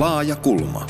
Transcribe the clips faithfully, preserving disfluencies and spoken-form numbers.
Laaja kulma.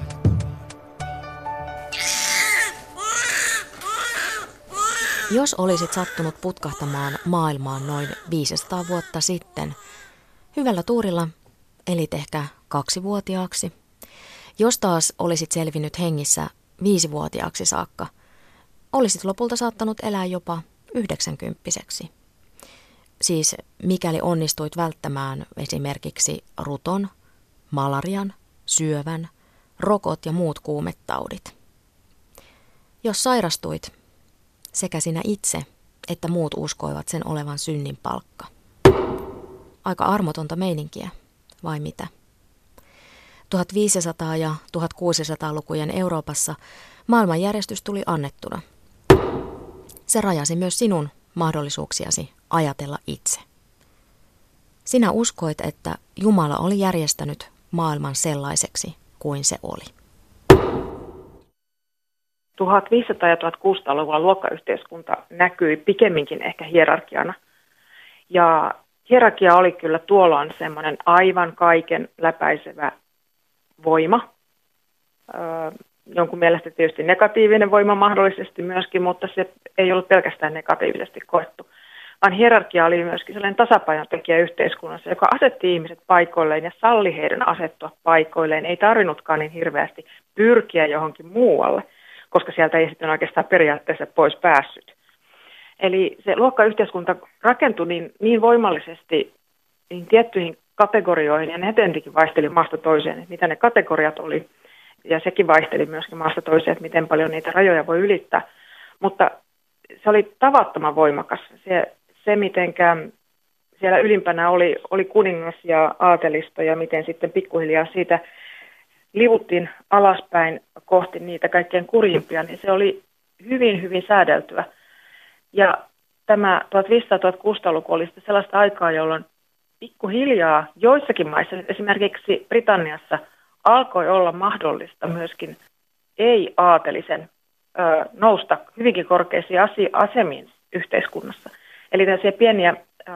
Jos olisit sattunut putkahtamaan maailmaan noin viisisataa vuotta sitten, hyvällä tuurilla elit ehkä kaksivuotiaaksi. Jos taas olisit selvinnyt hengissä viisivuotiaaksi saakka, olisit lopulta saattanut elää jopa yhdeksänkymppiseksi. Siis mikäli onnistuit välttämään esimerkiksi ruton, malarian, syövän, rokot ja muut kuumetaudit. Jos sairastuit, sekä sinä itse että muut uskoivat sen olevan synnin palkka. Aika armotonta meininkiä, vai mitä? tuhatviisisataa- ja tuhatkuusisataalukujen Euroopassa maailmanjärjestys tuli annettuna. Se rajasi myös sinun mahdollisuuksiasi ajatella itse. Sinä uskoit, että Jumala oli järjestänyt maailman sellaiseksi kuin se oli. tuhatviisisataa- ja tuhatkuusisataaluvulla luokkayhteiskunta näkyi pikemminkin ehkä hierarkiana. Ja hierarkia oli kyllä tuolloin semmoinen aivan kaiken läpäisevä voima. Öö, jonkun mielestä tietysti negatiivinen voima mahdollisesti myöskin, mutta se ei ollut pelkästään negatiivisesti koettu. Vaan hierarkia oli myöskin sellainen tasapainotekijä yhteiskunnassa, joka asetti ihmiset paikoilleen ja salli heidän asettua paikoilleen. Ei tarvinnutkaan niin hirveästi pyrkiä johonkin muualle, koska sieltä ei sitten oikeastaan periaatteessa pois päässyt. Eli se luokkayhteiskunta rakentui niin, niin voimallisesti niin tiettyihin kategorioihin, ja ne tietenkin vaihteli maasta toiseen, että mitä ne kategoriat oli, ja sekin vaihteli myöskin maasta toiseen, että miten paljon niitä rajoja voi ylittää. Mutta se oli tavattoman voimakas. Se, se mitenkä siellä ylimpänä oli, oli kuningas ja aatelisto, ja miten sitten pikkuhiljaa siitä livuttiin alaspäin kohti niitä kaikkein kurjimpia, niin se oli hyvin, hyvin säädeltyä. Ja tämä tuhatviisisataa-tuhatkuusisataaluku oli sitten sellaista aikaa, jolloin pikkuhiljaa joissakin maissa, esimerkiksi Britanniassa, alkoi olla mahdollista myöskin ei-aatelisen ö, nousta hyvinkin korkeisiin asemiin yhteiskunnassa. Eli tällaisia pieniä ö,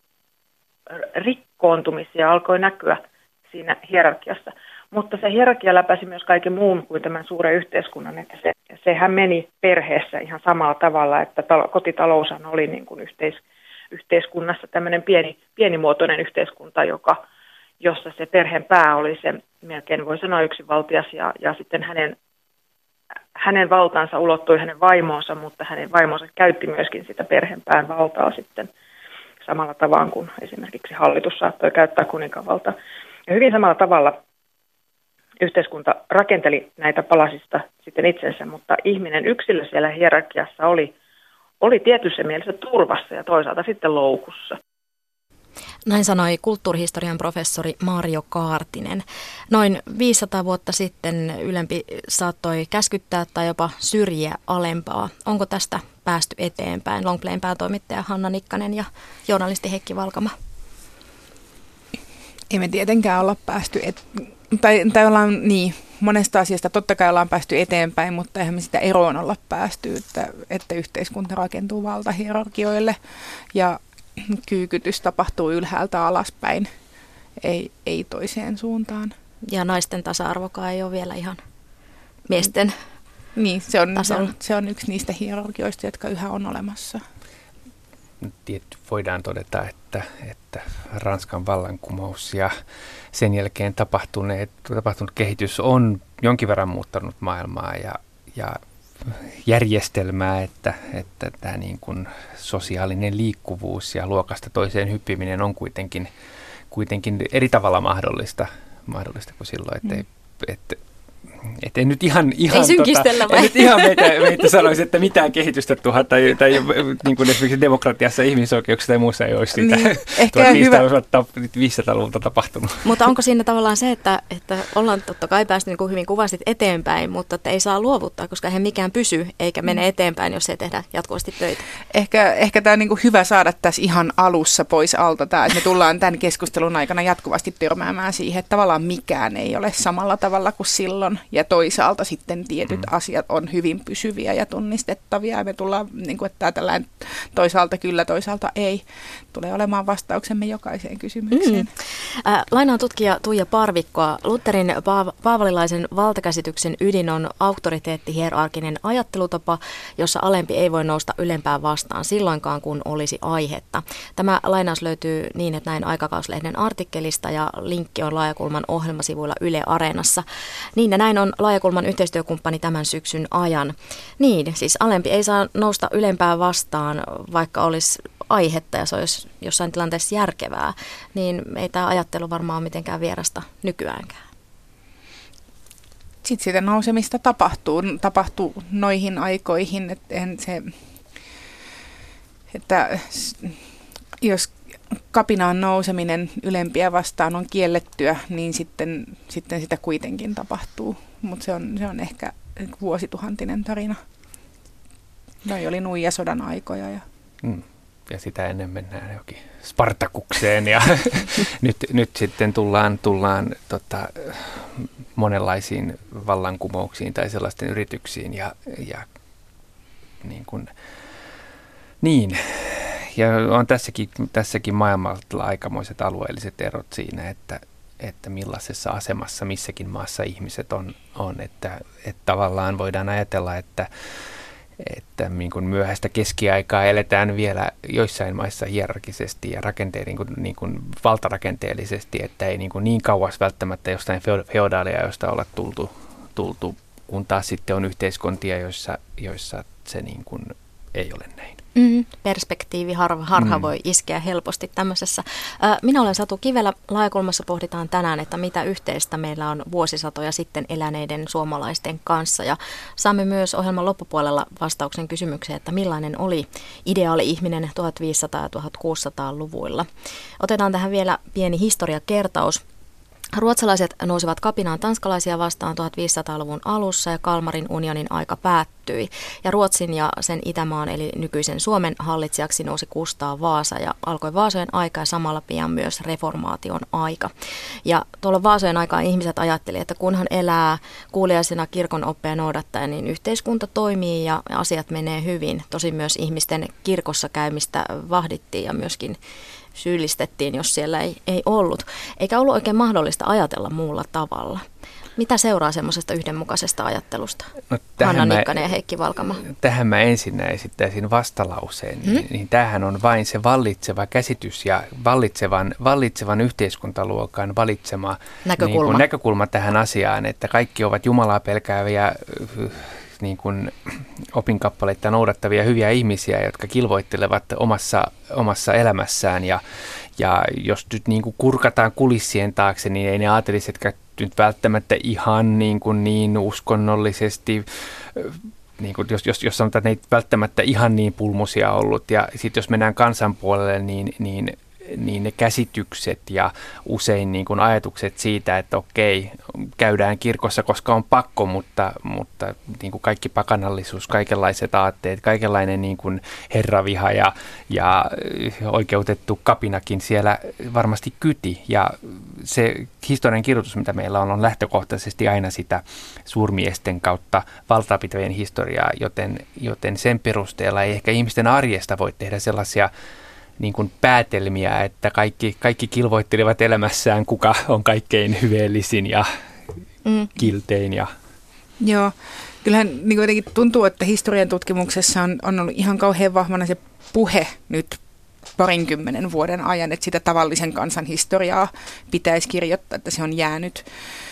rikkoontumisia alkoi näkyä siinä hierarkiassa. Mutta se hierarkia läpäisi myös kaiken muun kuin tämän suuren yhteiskunnan, että se, sehän meni perheessä ihan samalla tavalla, että talo, kotitaloushan oli niin kuin yhteis, yhteiskunnassa tämmöinen pieni, pienimuotoinen yhteiskunta, joka, jossa se perheen pää oli se, melkein voi sanoa yksinvaltias, ja, ja sitten hänen, hänen valtansa ulottui hänen vaimoonsa, mutta hänen vaimonsa käytti myöskin sitä perheen pään valtaa sitten samalla tavalla kuin esimerkiksi hallitus saattoi käyttää kuninkaanvaltaa. Ja hyvin samalla tavalla yhteiskunta rakenteli näitä palasista sitten itsensä, mutta ihminen yksilö siellä hierarkiassa oli, oli tietyssä mielessä turvassa ja toisaalta sitten loukussa. Näin sanoi kulttuurihistorian professori Marjo Kaartinen. Noin viisisataa vuotta sitten ylempi saattoi käskyttää tai jopa syrjiä alempaa. Onko tästä päästy eteenpäin? Longplayn päätoimittaja Hanna Nikkanen ja journalisti Heikki Valkama. Ei me tietenkään olla päästy, et, tai, tai ollaan niin, monesta asiasta totta kai ollaan päästy eteenpäin, mutta eihän me sitä eroon olla päästy, että, että yhteiskunta rakentuu valtahierarkioille ja kyykytys tapahtuu ylhäältä alaspäin, ei, ei toiseen suuntaan. Ja naisten tasa-arvokaan ei ole vielä ihan miesten niin, se on, se tasolla. on, se on yksi niistä hierarkioista, jotka yhä on olemassa. Tietty voidaan todeta, että, että Ranskan vallankumous ja sen jälkeen tapahtuneet, tapahtunut kehitys on jonkin verran muuttanut maailmaa ja, ja järjestelmää, että, että tämä niin kuin sosiaalinen liikkuvuus ja luokasta toiseen hyppiminen on kuitenkin, kuitenkin eri tavalla mahdollista, mahdollista kuin silloin, että ei, että Että en nyt ihan, ihan, tota, en nyt ihan meitä, meitä sanoisi, että mitään kehitystä tuhat tai, tai niin kuin esimerkiksi demokratiassa, ihmisoikeuksissa tai muussa ei olisi sitä niin, tuhatviisisataaluvulta tapahtunut. Mutta onko siinä tavallaan se, että, että ollaan totta kai päästy niin kuin hyvin kuvasit eteenpäin, mutta että ei saa luovuttaa, koska eihän mikään pysy eikä mene eteenpäin, jos ei tehdä jatkuvasti töitä? Ehkä, ehkä tämä on niin kuin hyvä saada tässä ihan alussa pois alta tämä, että me tullaan tämän keskustelun aikana jatkuvasti törmäämään siihen, että tavallaan mikään ei ole samalla tavalla kuin silloin. ja toisaalta sitten tietyt mm. asiat on hyvin pysyviä ja tunnistettavia, ja me tullaan, niin kuin, että tällainen toisaalta kyllä, toisaalta ei, tulee olemaan vastauksemme jokaiseen kysymykseen. Mm. Äh, lainaan tutkija Tuija Parvikkoa. Lutherin paav- paavalilaisen valtakäsityksen ydin on auktoriteetti-hierarkinen ajattelutapa, jossa alempi ei voi nousta ylempään vastaan silloinkaan, kun olisi aihetta. Tämä lainaus löytyy niin, että näin Aikakauslehden artikkelista, ja linkki on Laajakulman ohjelmasivuilla Yle Areenassa. Niin ja näin on Laajakulman yhteistyökumppani tämän syksyn ajan. Niin, siis alempi ei saa nousta ylempään vastaan, vaikka olisi aihetta ja se olisi jossain tilanteessa järkevää, niin ei tämä ajattelu varmaan ole mitenkään vierasta nykyäänkään. Sitten sitä nousemista tapahtuu, tapahtuu noihin aikoihin, että, se, että jos kapinaan nouseminen ylempiä vastaan on kiellettyä, niin sitten, sitten sitä kuitenkin tapahtuu, mutta se on, se on ehkä vuosituhantinen tarina. Noi oli nuijasodan aikoja. Ja mm. Ja sitä ennen mennään jokin Spartakukseen ja nyt, nyt sitten tullaan, tullaan tota, monenlaisiin vallankumouksiin tai sellaisten yrityksiin ja, ja niin kuin, niin. Ja on tässäkin, tässäkin maailmalla aikamoiset alueelliset erot siinä, että, että millaisessa asemassa missäkin maassa ihmiset on, on että, että tavallaan voidaan ajatella, että että niin kuin myöhäistä keskiaikaa eletään vielä joissain maissa hierarkisesti ja rakenteet, niin kuin, niin kuin valtarakenteellisesti, että ei niin, kuin niin kauas välttämättä jostain feodaalia, josta olla tultu, tultu, kun taas sitten on yhteiskuntia, joissa, joissa se niin kuin ei ole näin. Mm, perspektiivi harha, harha mm. voi iskeä helposti tämmöisessä. Minä olen Satu Kivelä. Laajakulmassa pohditaan tänään, että mitä yhteistä meillä on vuosisatoja sitten eläneiden suomalaisten kanssa. Ja saamme myös ohjelman loppupuolella vastauksen kysymykseen, että millainen oli ideaali ihminen tuhatviisisataa- ja tuhatkuusisataaluvuilla. Otetaan tähän vielä pieni historiakertaus. Ruotsalaiset nousivat kapinaan tanskalaisia vastaan tuhatviisisataaluvun alussa ja Kalmarin unionin aika päättyi. Ja Ruotsin ja sen itämaan eli nykyisen Suomen hallitsijaksi nousi Kustaa Vaasa ja alkoi Vaasojen aika ja samalla pian myös reformaation aika. Ja tuolla Vaasojen aikaan ihmiset ajattelivat, että kunhan elää kuuliaisena kirkon oppeja noudattaen, niin yhteiskunta toimii ja asiat menee hyvin. Tosin myös ihmisten kirkossa käymistä vahdittiin ja myöskin syyllistettiin, jos siellä ei, ei ollut. Eikä ollut oikein mahdollista ajatella muulla tavalla. Mitä seuraa semmoisesta yhdenmukaisesta ajattelusta? No, Hanna Nikkanen ja Heikki Valkama. Tähän mä ensinnä esittäisin vastalauseen. Hmm? Niin, niin tämähän on vain se vallitseva käsitys ja vallitsevan, vallitsevan yhteiskuntaluokan valitsema näkökulma. Niin kuin, näkökulma tähän asiaan, että kaikki ovat Jumalaa pelkääviä niin kuin opinkappaleita noudattavia hyviä ihmisiä, jotka kilvoittelevat omassa, omassa elämässään. Ja, ja jos nyt niin kuin kurkataan kulissien taakse, niin ei ne ajatelisi, että nyt välttämättä ihan niin, kuin niin uskonnollisesti, niin kuin jos, jos, jos sanotaan, että ne ei välttämättä ihan niin pulmusia ollut. Ja sitten jos mennään kansan puolelle, niin, niin niin ne käsitykset ja usein niin kuin ajatukset siitä, että okei, käydään kirkossa, koska on pakko, mutta, mutta niin kuin kaikki pakanallisuus, kaikenlaiset aatteet, kaikenlainen niin kuin herraviha ja, ja oikeutettu kapinakin siellä varmasti kyti. Ja se historian kirjoitus, mitä meillä on, on lähtökohtaisesti aina sitä suurmiesten kautta valtaapitävien historiaa, joten, joten sen perusteella ei ehkä ihmisten arjesta voi tehdä sellaisia niin kuin päätelmiä, että kaikki, kaikki kilvoittelivat elämässään, kuka on kaikkein hyveellisin ja mm. kiltein. Ja joo, kyllähän niin jotenkin tuntuu, että historian tutkimuksessa on, on ollut ihan kauhean vahvana se puhe nyt parinkymmenen vuoden ajan, että sitä tavallisen kansan historiaa pitäisi kirjoittaa, että se on jäänyt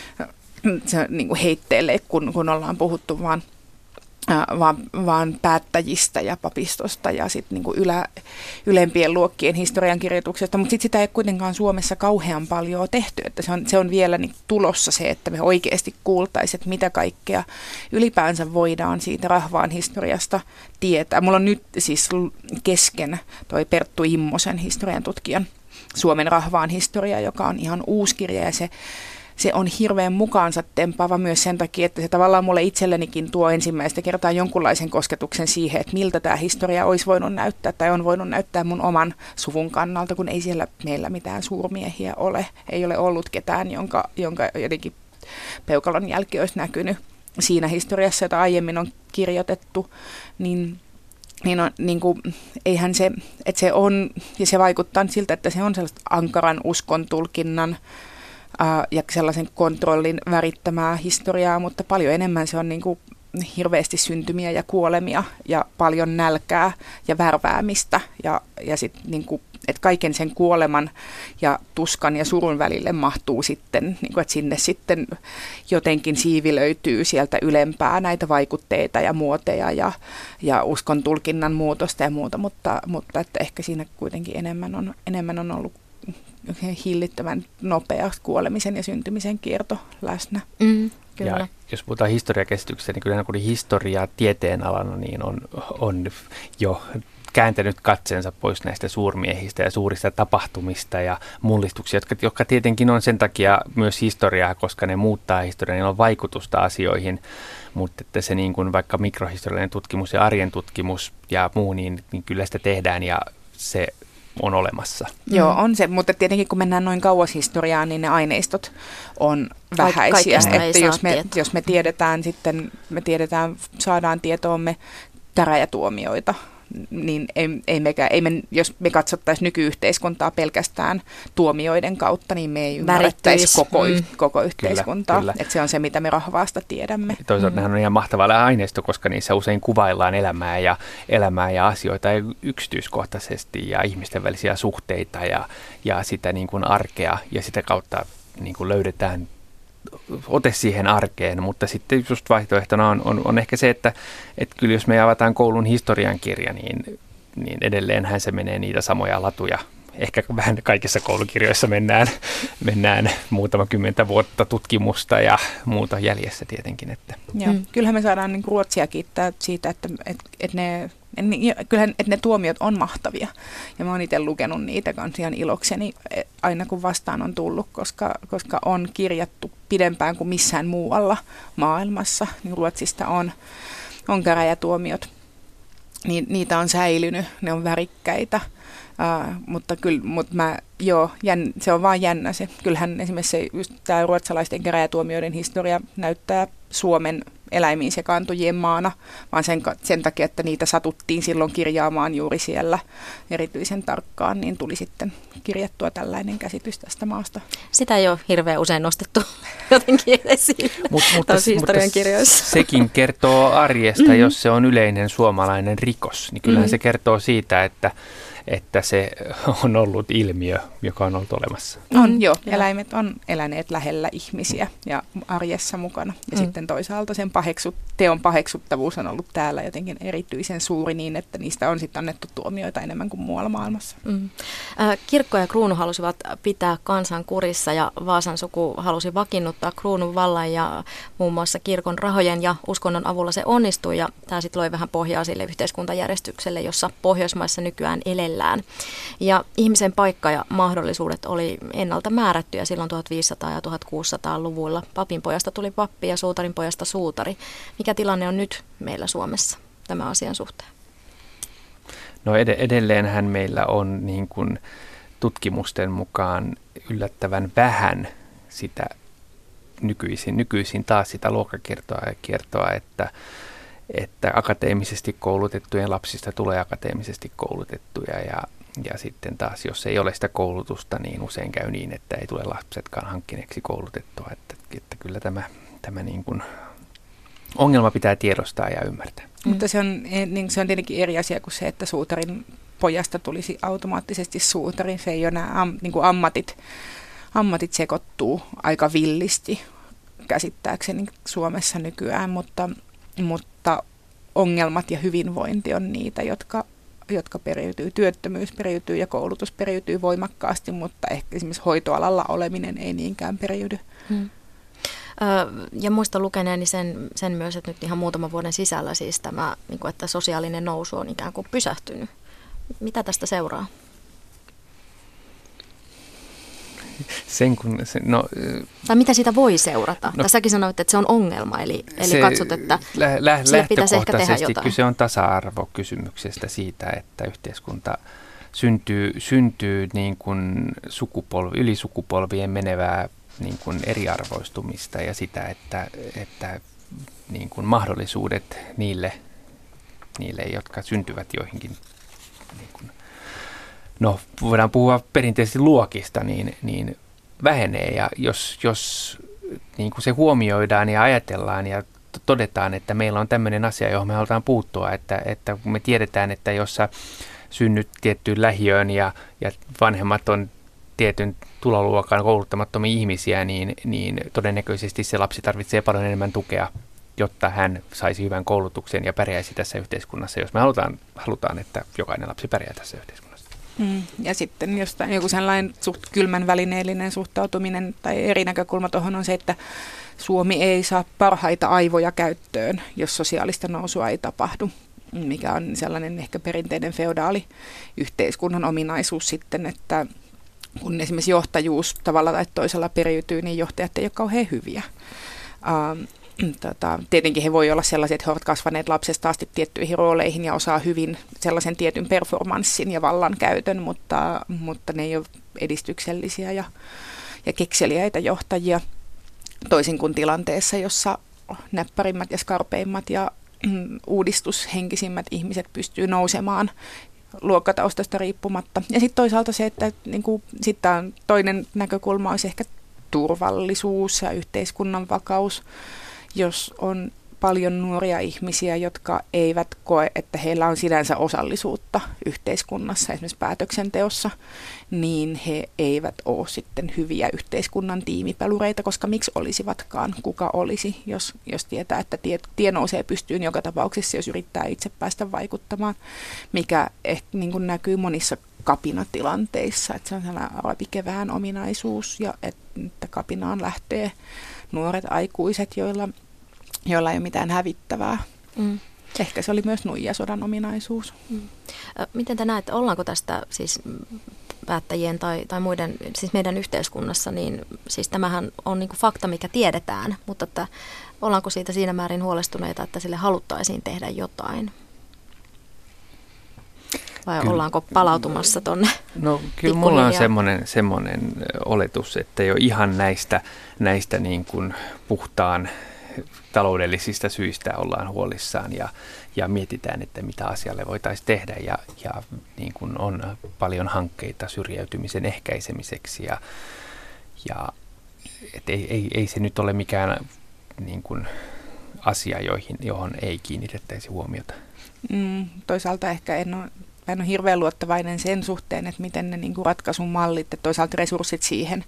se niin kuin heitteelle, kun, kun ollaan puhuttu vaan Vaan, vaan päättäjistä ja papistosta ja sitten niinku ylä, ylempien luokkien historiankirjoituksesta, mutta sitten sitä ei kuitenkaan Suomessa kauhean paljon tehty, että se on, se on vielä niinku tulossa se, että me oikeasti kuultaisiin, että mitä kaikkea ylipäänsä voidaan siitä rahvaan historiasta tietää. Mulla on nyt siis kesken toi Perttu Immosen historian tutkijan Suomen rahvaan historia, joka on ihan uusi kirja ja se Se on hirveän mukaansa tempaava myös sen takia, että se tavallaan mulle itsellenikin tuo ensimmäistä kertaa jonkunlaisen kosketuksen siihen, että miltä tämä historia olisi voinut näyttää tai on voinut näyttää mun oman suvun kannalta, kun ei siellä meillä mitään suurmiehiä ole. Ei ole ollut ketään, jonka, jonka jotenkin peukalon jälki olisi näkynyt siinä historiassa, jota aiemmin on kirjoitettu, niin niin, on, niin kuin, eihän se, että se on, ja se vaikuttaa siltä, että se on sellaista ankaran uskon tulkinnan ää, ja sellaisen kontrollin värittämää historiaa, mutta paljon enemmän se on niin kuin hirveästi syntymiä ja kuolemia ja paljon nälkää ja värväämistä ja, ja sitten niin kuin, että kaiken sen kuoleman ja tuskan ja surun välille mahtuu sitten, niin kuin, että sinne sitten jotenkin siivilöityy sieltä ylempää näitä vaikutteita ja muoteja ja, ja uskon tulkinnan muutosta ja muuta, mutta, mutta että ehkä siinä kuitenkin enemmän on, enemmän on ollut hillittömän nopea kuolemisen ja syntymisen kierto läsnä. Mm, kyllä. Ja jos puhutaan historiakäsityksestä, niin kyllä kun historia tieteenalana niin on, on jo kääntänyt katseensa pois näistä suurmiehistä ja suurista tapahtumista ja mullistuksia, jotka, jotka tietenkin on sen takia myös historiaa, koska ne muuttaa historiaa, niillä on vaikutusta asioihin, mutta että se niin kuin vaikka mikrohistoriallinen tutkimus ja arjen tutkimus ja muu, niin, niin kyllä sitä tehdään ja se on olemassa. Joo, on se, mutta tietenkin kun mennään noin kauas historiaan, niin ne aineistot on vähäisiä. Että jos me, jos me tiedetään sitten, me tiedetään, saadaan tietoomme käräjätuomioita, niin ei, ei mekään, ei me, jos me katsottaisiin nykyyhteiskuntaa pelkästään tuomioiden kautta, niin me ei ymmärrettäisi koko, mm. koko yhteiskuntaa. Kyllä, kyllä. Että se on se, mitä me rahvaasta tiedämme. Toisaalta mm. nehän on ihan mahtavaa aineisto, koska niissä usein kuvaillaan elämää ja, elämää ja asioita yksityiskohtaisesti ja ihmisten välisiä suhteita ja, ja sitä niin kuin arkea ja sitä kautta niin kuin löydetään ote siihen arkeen, mutta sitten just vaihtoehtona on, on, on ehkä se, että, että kyllä jos me avataan koulun historiankirja, niin, niin edelleenhän se menee niitä samoja latuja. Ehkä vähän kaikissa koulukirjoissa mennään, mennään muutama kymmentä vuotta tutkimusta ja muuta jäljessä tietenkin. Että. Joo, mm. Kyllähän me saadaan niin Ruotsia kiittää siitä, että, että, että ne... Kyllähän että ne tuomiot on mahtavia ja mä oon itse lukenut niitä kanssa ihan ilokseni aina kun vastaan on tullut, koska, koska on kirjattu pidempään kuin missään muualla maailmassa. Niin Ruotsista on, on käräjätuomiot, niin, niitä on säilynyt, ne on värikkäitä, uh, mutta kyllä mutta mä, joo, jänn, se on vaan jännä se. Kyllähän esimerkiksi just tämä ruotsalaisten käräjätuomioiden historia näyttää Suomen eläimiin sekaantujien maana, vaan sen, sen takia, että niitä satuttiin silloin kirjaamaan juuri siellä erityisen tarkkaan, niin tuli sitten kirjattua tällainen käsitys tästä maasta. Sitä ei ole hirveän usein nostettu jotenkin esiin Mut, mutta, historian kirjoissa. Sekin kertoo arjesta, mm-hmm. jos se on yleinen suomalainen rikos, niin kyllähän mm-hmm. se kertoo siitä, että että se on ollut ilmiö, joka on ollut olemassa. On, joo. Eläimet on eläneet lähellä ihmisiä ja arjessa mukana. Ja mm. sitten toisaalta sen paheksut, teon paheksuttavuus on ollut täällä jotenkin erityisen suuri niin, että niistä on sitten annettu tuomioita enemmän kuin muualla maailmassa. Mm. Kirkko ja kruunu halusivat pitää kansan kurissa ja Vaasan suku halusi vakiinnuttaa kruunun vallan ja muun muassa kirkon rahojen ja uskonnon avulla se onnistui. Ja tämä sitten loi vähän pohjaa sille yhteiskuntajärjestykselle, jossa Pohjoismaissa nykyään elellään. Ja ihmisen paikka ja mahdollisuudet oli ennalta määrättyjä silloin tuhatviisisataa- ja tuhatkuusisataaluvuilla. Papin pojasta tuli pappi ja suutarin pojasta suutari. Mikä tilanne on nyt meillä Suomessa tämän asian suhteen? No ed- edelleenhän meillä on niin kuin tutkimusten mukaan yllättävän vähän sitä nykyisin, nykyisin taas sitä luokkakiertoa ja kiertoa, että että akateemisesti koulutettujen lapsista tulee akateemisesti koulutettuja ja, ja sitten taas, jos ei ole sitä koulutusta, niin usein käy niin, että ei tule lapsetkaan hankkineeksi koulutettua, että, että kyllä tämä, tämä niin kuin ongelma pitää tiedostaa ja ymmärtää. Mm. Mutta se on, niin se on tietenkin eri asia kuin se, että suutarin pojasta tulisi automaattisesti suutari. Se ei ole nämä am, niin kuin ammatit, ammatit sekoittuu aika villisti käsittääkseni Suomessa nykyään, mutta mutta ongelmat ja hyvinvointi on niitä, jotka, jotka periytyy. Työttömyys periytyy ja koulutus periytyy voimakkaasti, mutta ehkä esimerkiksi hoitoalalla oleminen ei niinkään periydy. Hmm. Ja muista lukeneeni sen, sen myös, että nyt ihan muutaman vuoden sisällä siis tämä, että sosiaalinen nousu on ikään kuin pysähtynyt. Mitä tästä seuraa? Sen kun, se, no, tai mitä siitä voi seurata? No, Tässäkin sanoit, että se on ongelma, eli, eli katsot, että lä- lä- sille pitäisi ehkä tehdä jotain. Kyse on tasa-arvokysymyksestä siitä, että yhteiskunta syntyy, syntyy niin kuin sukupolvi, yli sukupolvien menevää niin kuin eriarvoistumista ja sitä, että, että niin kuin mahdollisuudet niille, niille, jotka syntyvät joihinkin, niin kuin, no voidaan puhua perinteisesti luokista, niin, niin vähenee. Ja jos, jos niin kuin se huomioidaan ja ajatellaan ja todetaan, että meillä on tämmöinen asia, johon me halutaan puuttua, että, että kun me tiedetään, että jos sä synnyt tiettyyn lähiöön ja, ja vanhemmat on tietyn tuloluokan kouluttamattomia ihmisiä, niin, niin todennäköisesti se lapsi tarvitsee paljon enemmän tukea, jotta hän saisi hyvän koulutuksen ja pärjäisi tässä yhteiskunnassa, jos me halutaan, halutaan että jokainen lapsi pärjää tässä yhteiskunnassa. Mm. Ja sitten jostain joku sellainen suht kylmän välineellinen suhtautuminen tai eri näkökulma tuohon on se, että Suomi ei saa parhaita aivoja käyttöön, jos sosiaalista nousua ei tapahdu, mikä on sellainen ehkä perinteinen feodaali yhteiskunnan ominaisuus sitten, että kun esimerkiksi johtajuus tavalla tai toisella periytyy, niin johtajat ei ole kauhean hyviä. Ähm, tota, tietenkin he voi olla sellaisia, että he ovat kasvaneet lapsesta asti tiettyihin rooleihin ja osaa hyvin sellaisen tietyn performanssin ja vallan käytön, mutta, mutta ne ei ole edistyksellisiä ja, ja kekseliäitä johtajia. Toisin kuin tilanteessa, jossa näppärimmät ja skarpeimmat ja mm, uudistushenkisimmät ihmiset pystyy nousemaan luokkataustasta riippumatta. Ja sitten toisaalta se, että niin kuin, sitten toinen näkökulma olisi ehkä turvallisuus ja yhteiskunnan vakaus, jos on paljon nuoria ihmisiä, jotka eivät koe, että heillä on sinänsä osallisuutta yhteiskunnassa, esimerkiksi päätöksenteossa, niin he eivät ole sitten hyviä yhteiskunnan tiimipelureita, koska miksi olisivatkaan, kuka olisi, jos, jos tietää, että tie, tie nousee pystyyn joka tapauksessa, jos yrittää itse päästä vaikuttamaan, mikä ehkä niin kuin näkyy monissa kapinatilanteissa, että se on sellainen arabikevään ominaisuus ja että kapinaan lähtee nuoret aikuiset, joilla joilla ei ole mitään hävittävää. Mm. Ehkä se oli myös nuijasodan ominaisuus. Mm. Miten te näette, ollaanko tästä siis päättäjien tai, tai muiden, siis meidän yhteiskunnassa, niin siis tämähän on niin kuin fakta, mikä tiedetään, mutta että ollaanko siitä siinä määrin huolestuneita, että sille haluttaisiin tehdä jotain? Vai kyllä, ollaanko palautumassa tuonne? No kyllä mulla on semmoinen, semmoinen oletus, että jo ihan näistä, näistä niin kuin puhtaan taloudellisista syistä ollaan huolissaan ja, ja mietitään, että mitä asialle voitaisiin tehdä ja, ja niin kuin on paljon hankkeita syrjäytymisen ehkäisemiseksi ja, ja et ei, ei, ei se nyt ole mikään niin kuin asia, joihin, johon ei kiinnitettäisi huomiota. Mm, toisaalta ehkä en ole, en ole hirveän luottavainen sen suhteen, että miten ne niin kuin ratkaisun mallit ja toisaalta resurssit siihen,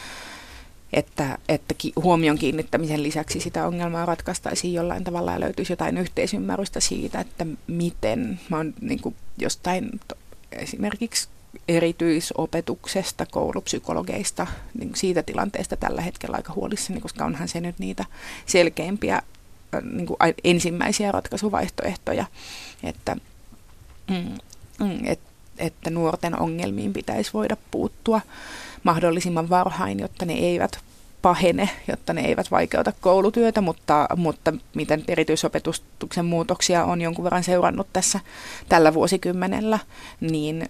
että, että huomion kiinnittämisen lisäksi sitä ongelmaa ratkaistaisiin jollain tavalla ja löytyisi jotain yhteisymmärrystä siitä, että miten, mä oon niin kuin jostain esimerkiksi erityisopetuksesta, koulupsykologeista, niin siitä tilanteesta tällä hetkellä aika huolissani, koska onhan se nyt niitä selkeimpiä niin kuin ensimmäisiä ratkaisuvaihtoehtoja, että, mm, et, että nuorten ongelmiin pitäisi voida puuttua mahdollisimman varhain, jotta ne eivät pahene, jotta ne eivät vaikeuta koulutyötä, mutta, mutta miten erityisopetuksen muutoksia on jonkun verran seurannut tässä tällä vuosikymmenellä, niin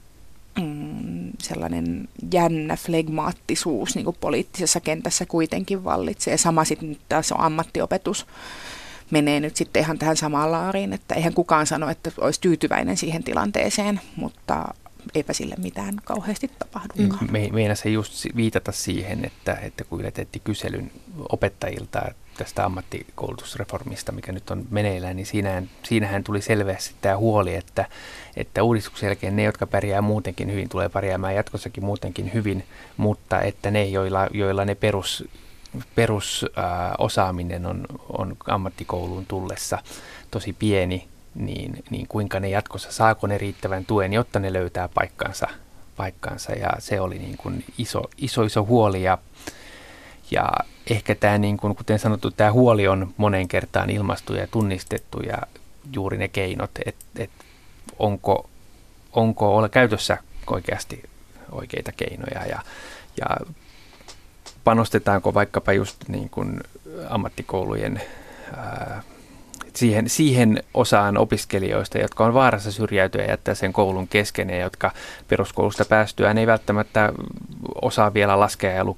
mm, sellainen jännä flegmaattisuus niin kuin poliittisessa kentässä kuitenkin vallitsee. Sama sitten taas on ammattiopetus menee nyt sitten ihan tähän samaan laariin, että eihän kukaan sano, että olisi tyytyväinen siihen tilanteeseen, mutta eipä sille mitään kauheasti tapahdukaan. Me, meinasi just viitata siihen, että, että kun Yle teetti kyselyn opettajilta tästä ammattikoulutusreformista, mikä nyt on meneillään, niin siinähän, siinähän tuli selvästi tämä huoli, että, että uudistuksen jälkeen ne, jotka pärjää muutenkin hyvin, tulee pärjäämään jatkossakin muutenkin hyvin, mutta että ne, joilla, joilla ne perus, perusosaaminen on, on ammattikouluun tullessa tosi pieni, Niin, niin kuinka ne jatkossa, saako ne riittävän tuen, jotta ne löytää paikkansa, paikkansa. Ja se oli niin kuin iso, iso, iso huoli ja, ja ehkä tämä, niin kuin, kuten sanottu, tämä huoli on moneen kertaan ilmastu ja tunnistettu ja juuri ne keinot, että et onko, onko olla käytössä oikeasti oikeita keinoja ja, ja panostetaanko vaikkapa just niin kuin ammattikoulujen ää, Siihen, siihen osaan opiskelijoista, jotka on vaarassa syrjäytyä ja jättää sen koulun kesken ja jotka peruskoulusta päästyään ei välttämättä osaa vielä laskea ja lukea,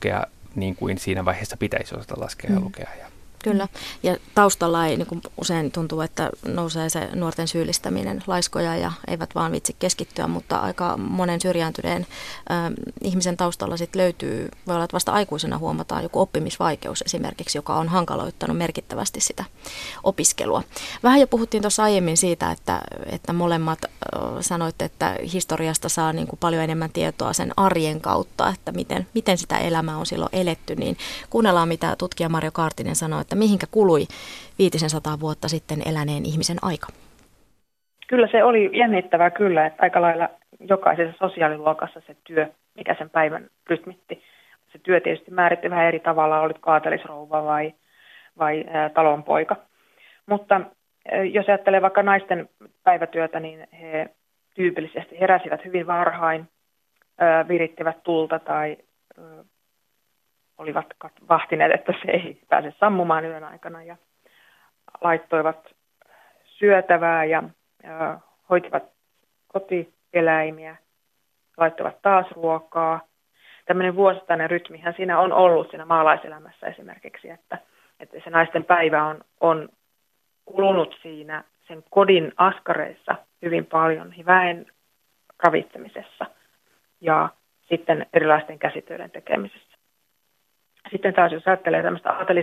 niin kuin siinä vaiheessa pitäisi osata laskea mm. ja lukea. Ja Kyllä, ja taustalla ei niin kuin usein tuntuu, että nousee se nuorten syyllistäminen, laiskoja ja eivät vaan vitsi keskittyä, mutta aika monen syrjääntyneen äh, ihmisen taustalla sit löytyy, voi olla, että vasta aikuisena huomataan joku oppimisvaikeus esimerkiksi, joka on hankaloittanut merkittävästi sitä opiskelua. Vähän jo puhuttiin tuossa aiemmin siitä, että, että molemmat äh, sanoitte, että historiasta saa niin kuin paljon enemmän tietoa sen arjen kautta, että miten, miten sitä elämää on silloin eletty, niin kuunnellaan mitä tutkija Marjo Kaartinen sanoi, että mihinkä kului viitisensataa vuotta sitten eläneen ihmisen aika? Kyllä se oli jännittävää kyllä, että aika lailla jokaisessa sosiaaliluokassa se työ, mikä sen päivän rytmitti. Se työ tietysti määritti vähän eri tavalla, olit kaatelisrouva vai, vai ää, talonpoika. Mutta ää, jos ajattelee vaikka naisten päivätyötä, niin he tyypillisesti heräsivät hyvin varhain, ää, virittivät tulta tai ää, olivat vahtineet, että se ei pääse sammumaan yön aikana ja laittoivat syötävää ja, ja hoitivat kotieläimiä, laittoivat taas ruokaa. Tämmöinen vuosittainen rytmihän siinä on ollut siinä maalaiselämässä esimerkiksi, että, että se naisten päivä on, on kulunut siinä sen kodin askareissa hyvin paljon, väen ravitsemisessa ja sitten erilaisten käsitöiden tekemisessä. Sitten taas jos ajattelee tämmöistä aatelis,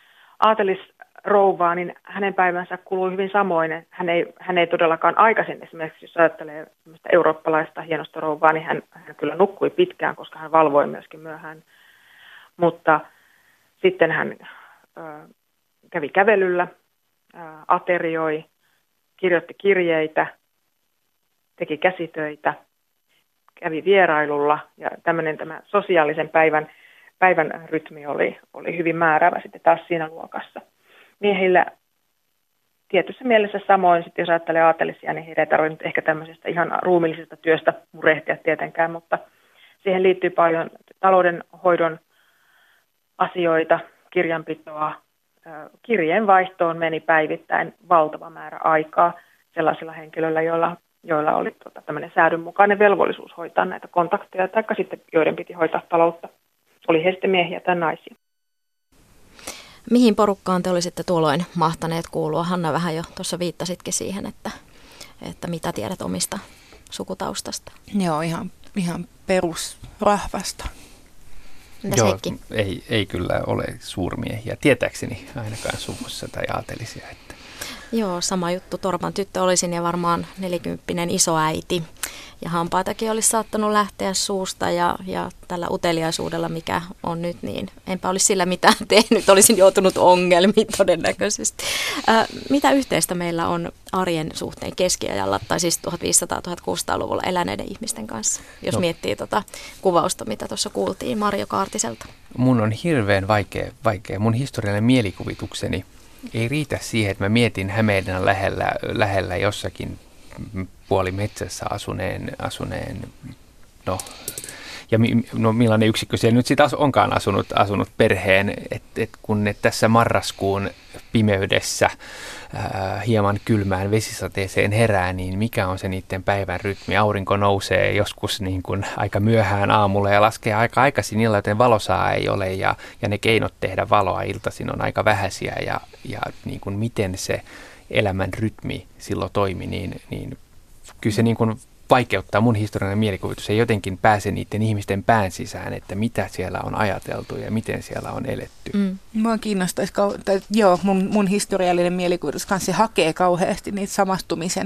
aatelisrouvaa, niin hänen päivänsä kuluu hyvin samoin. Hän ei, hän ei todellakaan aikaisin, esimerkiksi jos ajattelee eurooppalaista hienosta rouvaa, niin hän, hän kyllä nukkui pitkään, koska hän valvoi myöskin myöhään. Mutta sitten hän ö, kävi kävelyllä, ö, aterioi, kirjoitti kirjeitä, teki käsitöitä, kävi vierailulla ja tämmöinen tämä sosiaalisen päivän Päivän rytmi oli, oli hyvin määräävä sitten taas siinä luokassa. Miehillä tietyssä mielessä samoin, sitten jos ajattelee aatelisia, niin heidän ei tarvitse ehkä tämmöisestä ihan ruumillisesta työstä murehtia tietenkään, mutta siihen liittyy paljon taloudenhoidon asioita, kirjanpitoa. Kirjeenvaihtoon meni päivittäin valtava määrä aikaa sellaisilla henkilöillä, joilla, joilla oli tota, tämmöinen säädönmukainen velvollisuus hoitaa näitä kontakteja, tai sitten joiden piti hoitaa taloutta. Oli he sitten miehiä tai naisia. Mihin porukkaan te olisitte tuolloin mahtaneet kuulua? Hanna vähän jo tuossa viittasitkin siihen, että, että mitä tiedät omista sukutaustasta. Joo, ihan, ihan perusrahvasta. Joo, ei, ei kyllä ole suurmiehiä, tietääkseni ainakaan suvussa tai aatelisia. Että. Joo, sama juttu. Torpan tyttö olisin ja varmaan nelikymppinen isoäiti. Ja hampaitakin olisi saattanut lähteä suusta ja, ja tällä uteliaisuudella, mikä on nyt, niin enpä olisi sillä mitään tehnyt. Olisin joutunut ongelmiin todennäköisesti. Ää, mitä yhteistä meillä on arjen suhteen keskiajalla, tai siis tuhatviisisataa-tuhatkuusisataaluvulla eläneiden ihmisten kanssa, jos no. miettii tuota kuvausta, mitä tuossa kuultiin Marjo Kaartiselta? Mun on hirveän vaikea, vaikea. Mun historiallinen mielikuvitukseni ei riitä siihen, että mä mietin Hämeenlinnan lähellä, lähellä jossakin puoli metsässä asuneen, asuneen no, ja mi, no millainen yksikkö siellä nyt sitten onkaan asunut, asunut perheen, että et kun ne tässä marraskuun pimeydessä ää, hieman kylmään vesisateeseen herää, niin mikä on se niiden päivän rytmi? Aurinko nousee joskus niin kuin aika myöhään aamulla ja laskee aika aikaisin illalla, joten valosaa ei ole ja, ja ne keinot tehdä valoa iltaisin on aika vähäisiä ja, ja niin kuin miten se elämän rytmi silloin toimi, niin, niin kyllä se niin kuin vaikeuttaa mun historiallinen mielikuvitus. Ei jotenkin pääse niiden ihmisten pään sisään, että mitä siellä on ajateltu ja miten siellä on eletty. Mm. Mua kiinnostaisi, tai joo, mun, mun historiallinen mielikuvitus kanssa se hakee kauheasti niitä samastumisen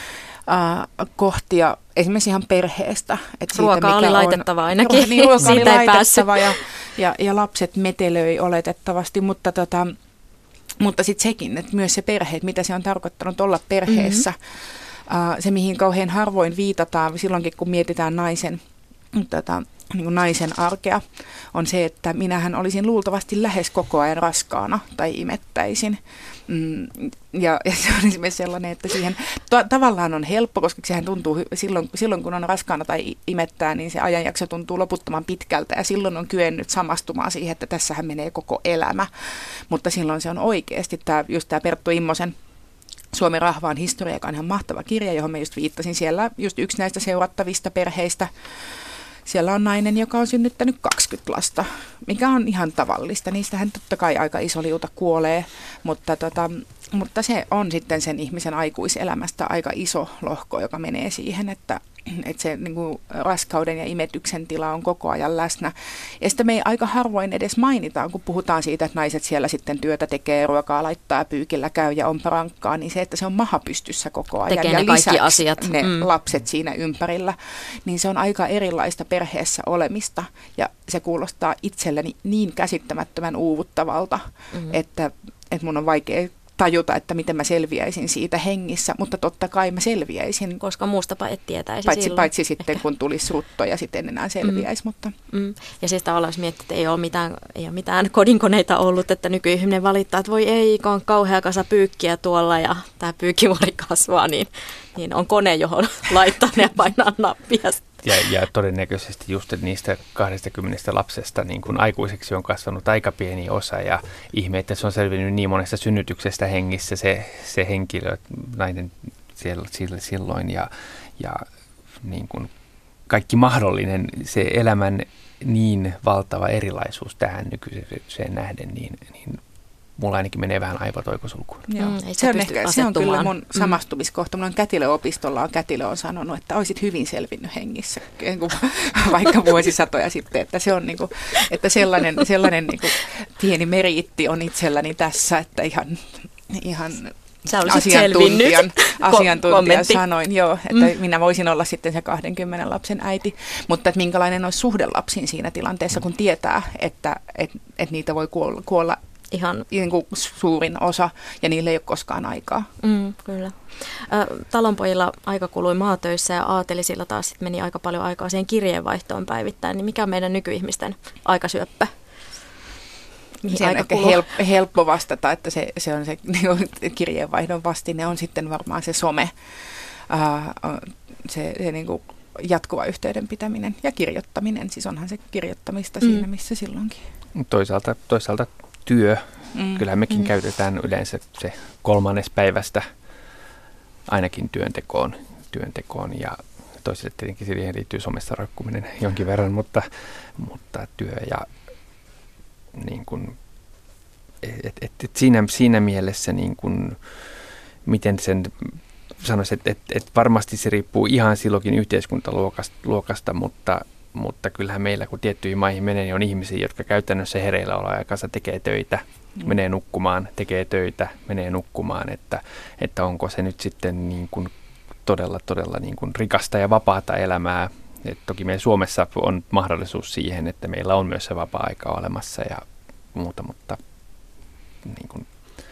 äh, kohtia, esimerkiksi ihan perheestä. Että ruoka siitä, oli on, laitettava ainakin, niin, ruoka oli laitettava ja, ja, ja lapset metelöi oletettavasti, mutta tota, Mutta sitten sekin, että myös se perhe, että mitä se on tarkoittanut olla perheessä. Mm-hmm. Uh, se, mihin kauhean harvoin viitataan silloinkin, kun mietitään naisen, tota, niin kuin naisen arkea, on se, että minähän olisin luultavasti lähes koko ajan raskaana tai imettäisin. Mm, ja, ja se on esimerkiksi sellainen, että siihen to, tavallaan on helppo, koska sehän tuntuu silloin, silloin, kun on raskaana tai imettää, niin se ajanjakso tuntuu loputtoman pitkältä ja silloin on kyennyt samastumaan siihen, että tässähän menee koko elämä. Mutta silloin se on oikeasti tämä, just tämä Perttu Immosen Suomen rahvaan historia, joka on ihan mahtava kirja, johon mä just viittasin siellä, just yksi näistä seurattavista perheistä. siellä on nainen, joka on synnyttänyt kaksikymmentä lasta, mikä on ihan tavallista. Niistähän totta kai aika iso liuta kuolee, mutta, tota, mutta se on sitten sen ihmisen aikuiselämästä aika iso lohko, joka menee siihen, että että se niin kuin raskauden ja imetyksen tila on koko ajan läsnä. Ja sitä me ei aika harvoin edes mainitaan, kun puhutaan siitä, että naiset siellä sitten työtä tekee, ruokaa laittaa, pyykillä käy ja on rankkaa, niin se, että se on maha pystyssä koko ajan. Tekee ja ne kaikki lisäksi asiat. ne mm. lapset siinä ympärillä, niin se on aika erilaista perheessä olemista. Ja se kuulostaa itselleni niin käsittämättömän uuvuttavalta, mm. että, että mun on vaikea tajuta, että miten mä selviäisin siitä hengissä, mutta totta kai mä selviäisin. Koska muustapa et tietäisi paitsi, silloin. Paitsi sitten, kun tulisi rutto ja sitten enää selviäisi. Mm. Mutta. Mm. Ja siis tavallaan jos miettii, että ei ole mitään, ei ole mitään kodinkoneita ollut, että nykyihminen valittaa, että voi ei, kun on kauhea kasa pyykkiä tuolla ja tämä pyykkivuori kasvaa, niin, niin on kone, johon laittaa ne ja painaa nappia. Ja, ja todennäköisesti just niistä kaksikymmentä lapsesta niin kuin aikuiseksi on kasvanut aika pieni osa ja ihme, että se on selvinnyt niin monesta synnytyksestä hengissä se, se henkilö, nainen siellä, silloin ja, ja niin kuin kaikki mahdollinen, se elämän niin valtava erilaisuus tähän nykyiseen nähden, niin, niin mulla ainakin menee vähän aivotoikosulkuun. Joo. Mm, se, on ehkä, se on kyllä mun samastumiskohta. Mun kätilöopistolla on kätilö on sanonut, että olisit hyvin selvinnyt hengissä, vaikka vuosisatoja sitten. Että se on niinku, että sellainen, sellainen niinku pieni meriitti on itselläni tässä, että ihan, ihan asiantuntijan, asiantuntijan sanoin, joo, että mm. minä voisin olla sitten se kahdenkymmenen lapsen äiti. Mutta että minkälainen olisi suhde lapsiin siinä tilanteessa, kun tietää, että et, et niitä voi kuolla, kuolla ihan niin kuin suurin osa, ja niille ei ole koskaan aikaa. Mm, kyllä. Ä, talonpojilla aika kului maatöissä, ja aatelisilla taas sit meni aika paljon aikaa siihen kirjeenvaihtoon päivittäin. Niin mikä on meidän nykyihmisten aikasyöppä? Mihin se on aika ehkä help, helppo vastata, että se, se on se kirjeenvaihdon vastine on sitten varmaan se some, ää, se, se niin kuin jatkuva yhteyden pitäminen ja kirjoittaminen. Siis onhan se kirjoittamista mm. siinä, missä silloinkin. Toisaalta, toisaalta työ. Mm. Kyllähän mekin mm. käytetään yleensä se kolmannes päivästä ainakin työntekoon, työntekoon ja toisille tietenkin siihen liittyy somessa roikkuminen jonkin verran, mutta, mutta työ ja niin kuin, et, et, et siinä, siinä mielessä niin kuin, miten sen sanoisi, että et, et varmasti se riippuu ihan silloinkin yhteiskuntaluokasta, luokasta, mutta Mutta kyllähän meillä, kun tiettyihin maihin menee, niin on ihmisiä, jotka käytännössä hereillä olla-aikansa tekee töitä, mm. menee nukkumaan, tekee töitä, menee nukkumaan. Että, että onko se nyt sitten niin kuin todella, todella niin kuin rikasta ja vapaata elämää. Et toki meillä Suomessa on mahdollisuus siihen, että meillä on myös se vapaa-aika olemassa ja muuta, mutta niin kuin,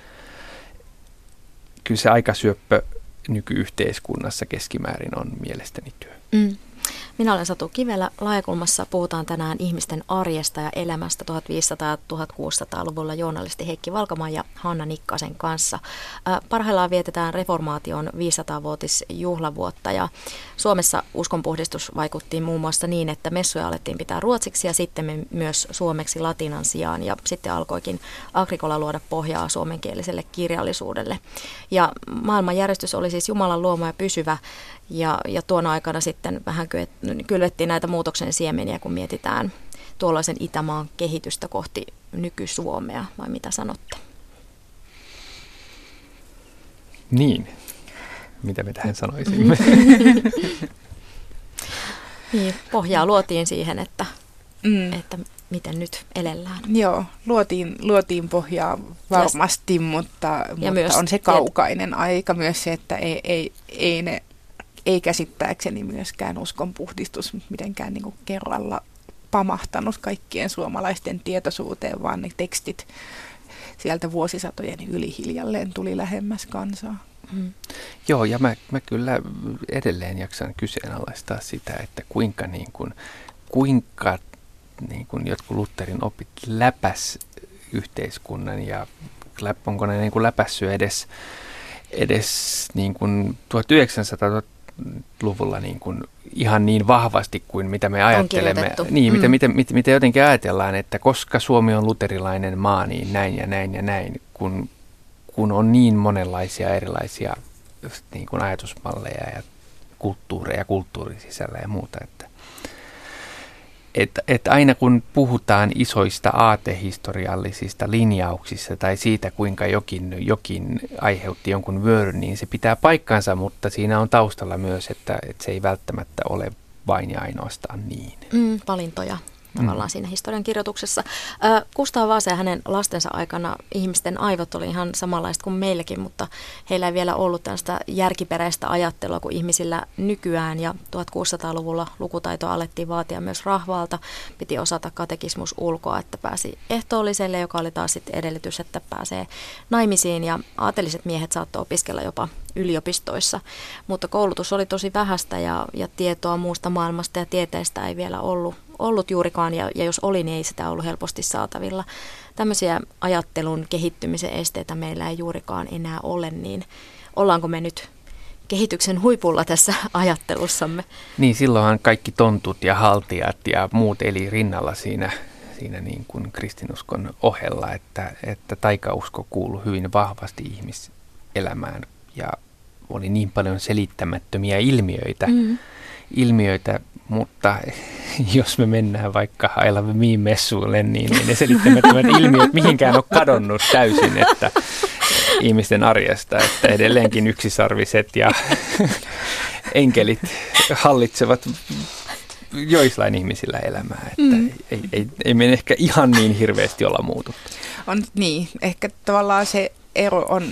kyllä se aikasyöppö nykyyhteiskunnassa keskimäärin on mielestäni työ. Mm. Minä olen Satu Kivelä. Laajakulmassa puhutaan tänään ihmisten arjesta ja elämästä tuhatviisisataa- ja tuhatkuusisataaluvulla journalisti Heikki Valkamaa ja Hanna Nikkasen kanssa. Parhaillaan vietetään reformaation viisisataa-vuotisjuhlavuotta ja Suomessa uskonpuhdistus vaikutti muun muassa niin, että messuja alettiin pitää ruotsiksi ja sitten myös suomeksi latinan sijaan ja sitten alkoikin Agricola luoda pohjaa suomenkieliselle kirjallisuudelle. Ja maailmanjärjestys oli siis Jumalan luoma ja pysyvä ja, ja tuona aikana sitten vähän kylvettiin näitä muutoksen siemeniä, kun mietitään tuollaisen Itämaan kehitystä kohti nyky-Suomea, vai mitä sanotte? Niin, mitä me tähän sanoisimme? Niin, pohjaa luotiin siihen, että, mm. että miten nyt elellään. Joo, luotiin, luotiin pohjaa varmasti, yes. mutta, mutta myös, on se kaukainen aika myös se, että ei, ei, ei ne... Ei käsittääkseni myöskään uskonpuhdistus mitenkään niin kuin kerralla pamahtanut kaikkien suomalaisten tietoisuuteen, vaan ne tekstit sieltä vuosisatojen yli hiljalleen tuli lähemmäs kansaa. Mm. Joo, ja mä, mä kyllä edelleen jaksan kyseenalaistaa sitä, että kuinka, niin kuin, kuinka niin kuin jotkut Lutherin opit läpäs yhteiskunnan ja onko ne niin kuin läpässyt edes, edes niin kuin tuhatyhdeksänsataaluvulla niin kuin ihan niin vahvasti kuin mitä me ajattelemme. Niin, mm. mitä, mitä, mitä, mitä jotenkin ajatellaan, että koska Suomi on luterilainen maa, niin näin ja näin ja näin, kun, kun on niin monenlaisia erilaisia niin kuin ajatusmalleja ja kulttuureja kulttuurin sisällä ja muuta. Että, että et aina kun puhutaan isoista aatehistoriallisista linjauksista tai siitä, kuinka jokin, jokin aiheutti jonkun vyöryn, niin se pitää paikkansa, mutta siinä on taustalla myös, että, että se ei välttämättä ole vain ja ainoastaan niin. Mm, valintoja. Tavallaan mm. siinä historian kirjoituksessa. Kustaa Vasa ja hänen lastensa aikana ihmisten aivot oli ihan samanlaista kuin meilläkin, mutta heillä ei vielä ollut tällaista järkiperäistä ajattelua kuin ihmisillä nykyään. Ja tuhatkuusisataaluvulla lukutaitoa alettiin vaatia myös rahvaalta. Piti osata katekismus ulkoa, että pääsi ehtoolliselle, joka oli taas sitten edellytys, että pääsee naimisiin. Ja aateliset miehet saattoi opiskella jopa yliopistoissa, mutta koulutus oli tosi vähäistä ja, ja tietoa muusta maailmasta ja tieteestä ei vielä ollut, ollut juurikaan, ja, ja jos oli, niin ei sitä ollut helposti saatavilla. Tämmöisiä ajattelun kehittymisen esteitä meillä ei juurikaan enää ole, niin ollaanko me nyt kehityksen huipulla tässä ajattelussamme? Niin, silloinhan kaikki tontut ja haltijat ja muut eli rinnalla siinä, siinä niin kuin kristinuskon ohella, että, että taikausko kuului hyvin vahvasti ihmiselämään. Ja oli niin paljon selittämättömiä ilmiöitä, mm. ilmiöitä, mutta jos me mennään vaikka I Love Me-messuille, niin ne selittämättömät ilmiöt mihinkään ole kadonnut täysin, että ihmisten arjesta, että edelleenkin yksisarviset ja enkelit hallitsevat joislain ihmisillä elämää, että mm. ei, ei, ei me ehkä ihan niin hirveästi olla muututtu. On niin, ehkä tavallaan se ero on,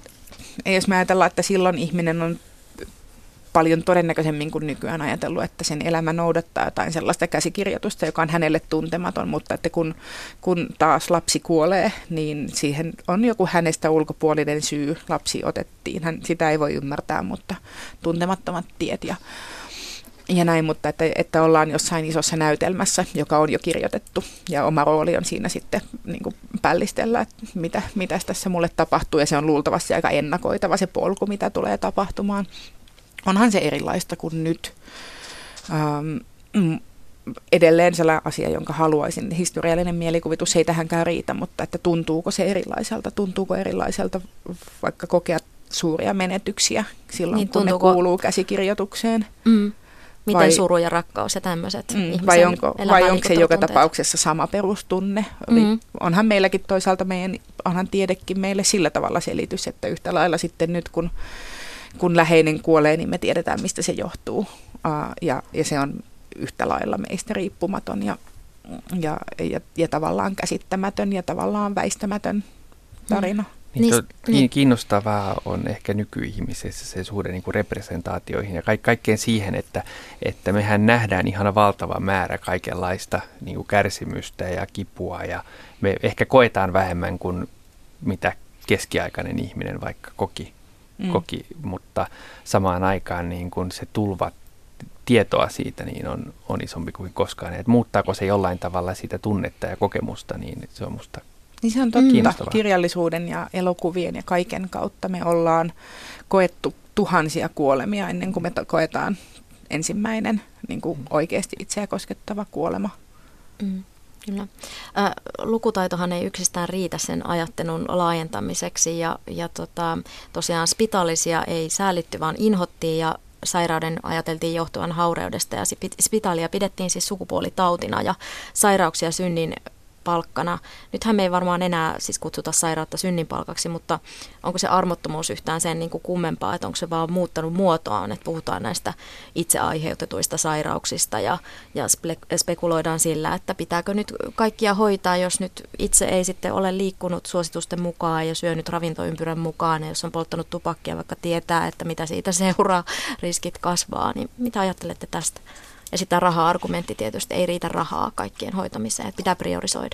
jos me ajatellaan, että silloin ihminen on paljon todennäköisemmin kuin nykyään ajatellut, että sen elämä noudattaa jotain sellaista käsikirjoitusta, joka on hänelle tuntematon, mutta että kun, kun taas lapsi kuolee, niin siihen on joku hänestä ulkopuolinen syy. Lapsi otettiin, hän, sitä ei voi ymmärtää, mutta tuntemattomat tiet ja, ja näin, mutta että, että ollaan jossain isossa näytelmässä, joka on jo kirjoitettu ja oma rooli on siinä sitten niin kuin pällistellä, että mitä, mitä tässä mulle tapahtuu, ja se on luultavasti aika ennakoitava se polku, mitä tulee tapahtumaan. Onhan se erilaista kuin nyt. Ähm, edelleen sellainen asia, jonka haluaisin, historiallinen mielikuvitus ei tähänkään riitä, mutta että tuntuuko se erilaiselta, tuntuuko erilaiselta vaikka kokea suuria menetyksiä silloin, niin, kun tuntuuko ne kuuluu käsikirjoitukseen. Mm. Miten vai, suru ja rakkaus ja tämmöiset mm, ihmisen vai onko, vai onko se joka tapauksessa sama perustunne? Mm. Onhan meilläkin toisaalta, meidän, onhan tiedekin meille sillä tavalla selitys, että yhtä lailla sitten nyt kun kun läheinen kuolee, niin me tiedetään, mistä se johtuu. Uh, ja, ja se on yhtä lailla meistä riippumaton ja, ja, ja, ja tavallaan käsittämätön ja tavallaan väistämätön tarina. Mm. Niin, to, niin kiinnostavaa on ehkä nykyihmisessä se suhde niin kuin representaatioihin ja ka- kaikkeen siihen, että, että mehän nähdään ihan valtava määrä kaikenlaista niin kuin kärsimystä ja kipua, ja me ehkä koetaan vähemmän kuin mitä keskiaikainen ihminen vaikka koki. Mm. koki, mutta samaan aikaan niin kun se tulva tietoa siitä niin on, on isompi kuin koskaan. Et muuttaako se jollain tavalla sitä tunnetta ja kokemusta, niin se on musta niin se on totta. Kirjallisuuden ja elokuvien ja kaiken kautta me ollaan koettu tuhansia kuolemia ennen kuin me koetaan ensimmäinen niin kuin oikeasti itseä koskettava kuolema. Mm. Kyllä. Ä, lukutaitohan ei yksistään riitä sen ajattelun laajentamiseksi, ja, ja tota, tosiaan spitaalisia ei säälitty, vaan inhottiin, ja sairauden ajateltiin johtuvan haureudesta, ja spitaalia pidettiin siis sukupuolitautina ja sairauksia synnin palkkana. Nythän me ei varmaan enää siis kutsuta sairautta synninpalkaksi, mutta onko se armottomuus yhtään sen niin kuin kummempaa, että onko se vaan muuttanut muotoaan, että puhutaan näistä itse aiheutetuista sairauksista ja, ja spe- spekuloidaan sillä, että pitääkö nyt kaikkia hoitaa, jos nyt itse ei sitten ole liikkunut suositusten mukaan ja syönyt ravintoympyrän mukaan, ja jos on polttanut tupakkia, vaikka tietää, että mitä siitä seuraa, riskit kasvaa, niin mitä ajattelette tästä? Ja sitten tämä raha-argumentti tietysti, ei riitä rahaa kaikkien hoitamiseen, että pitää priorisoida.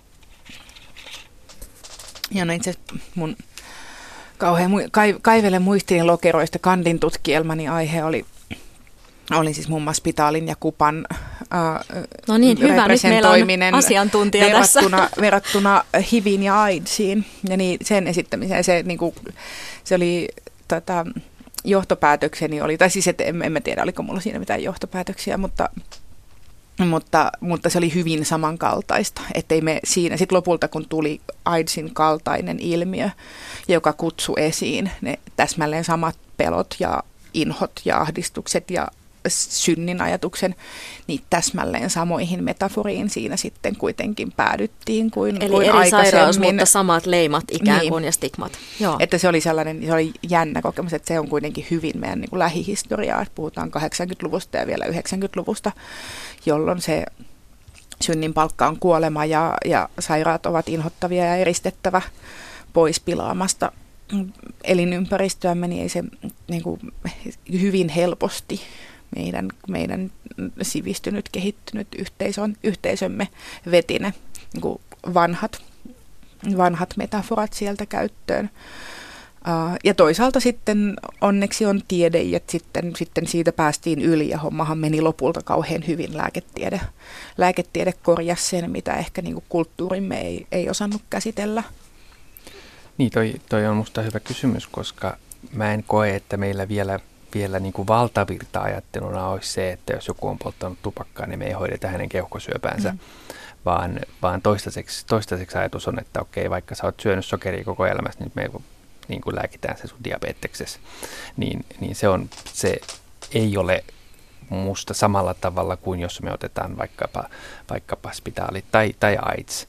Ja no itse mun kauhean kai, kaivele muistini lokeroista kandin tutkielmani aihe oli, oli siis muun muassa Spitaalin ja Kupan äh, no niin, hyvä, nyt meillä on asiantuntija verrattuna, tässä. verrattuna H I Viin ja AIDSiin ja niin, sen esittämiseen. Se, niin kuin, se oli tota, johtopäätökseni oli, tai siis et, en, en mä tiedä, oliko mulla siinä mitään johtopäätöksiä, mutta, mutta, mutta se oli hyvin samankaltaista. Että ei me siinä, sitten lopulta kun tuli AIDSin kaltainen ilmiö, joka kutsui esiin ne täsmälleen samat pelot ja inhot ja ahdistukset ja synnin ajatuksen, niin täsmälleen samoihin metaforiin siinä sitten kuitenkin päädyttiin kuin, Eli kuin eri aikaisemmin. sairaus, mutta samat leimat ikään kuin niin. ja stigmat. Joo. Että se oli sellainen, se oli jännä kokemus, että se on kuitenkin hyvin meidän niin kuin lähihistoriaa, että puhutaan kahdeksankymmentäluvusta ja vielä yhdeksänkymmentäluvusta, jolloin se synnin palkka on kuolema ja, ja sairaat ovat inhottavia ja eristettävä pois pilaamasta elinympäristöämme, niin ei se niin kuin, hyvin helposti meidän, meidän sivistynyt, kehittynyt yhteisön, yhteisömme veti ne niin kuin vanhat, vanhat metaforat sieltä käyttöön. Ja toisaalta sitten onneksi on tiede, että sitten, sitten siitä päästiin yli ja hommahan meni lopulta kauhean hyvin. Lääketiede, lääketiede korjasi sen, mitä ehkä niin kuin kulttuurimme ei, ei osannut käsitellä. Niin, toi, toi on musta hyvä kysymys, koska mä en koe, että meillä vielä, vielä niin kuin valtavirta-ajatteluna olisi se, että jos joku on polttanut tupakkaa, niin me ei hoideta hänen keuhkosyöpäänsä, mm. vaan, vaan toistaiseksi, toistaiseksi ajatus on, että okei, vaikka sä oot syönyt sokeria koko elämässä, niin me niin kuin lääkitään se sun diabeteksessä, niin, niin se, on, se ei ole musta samalla tavalla kuin jos me otetaan vaikkapa, vaikkapa spitaalit tai, tai AIDS.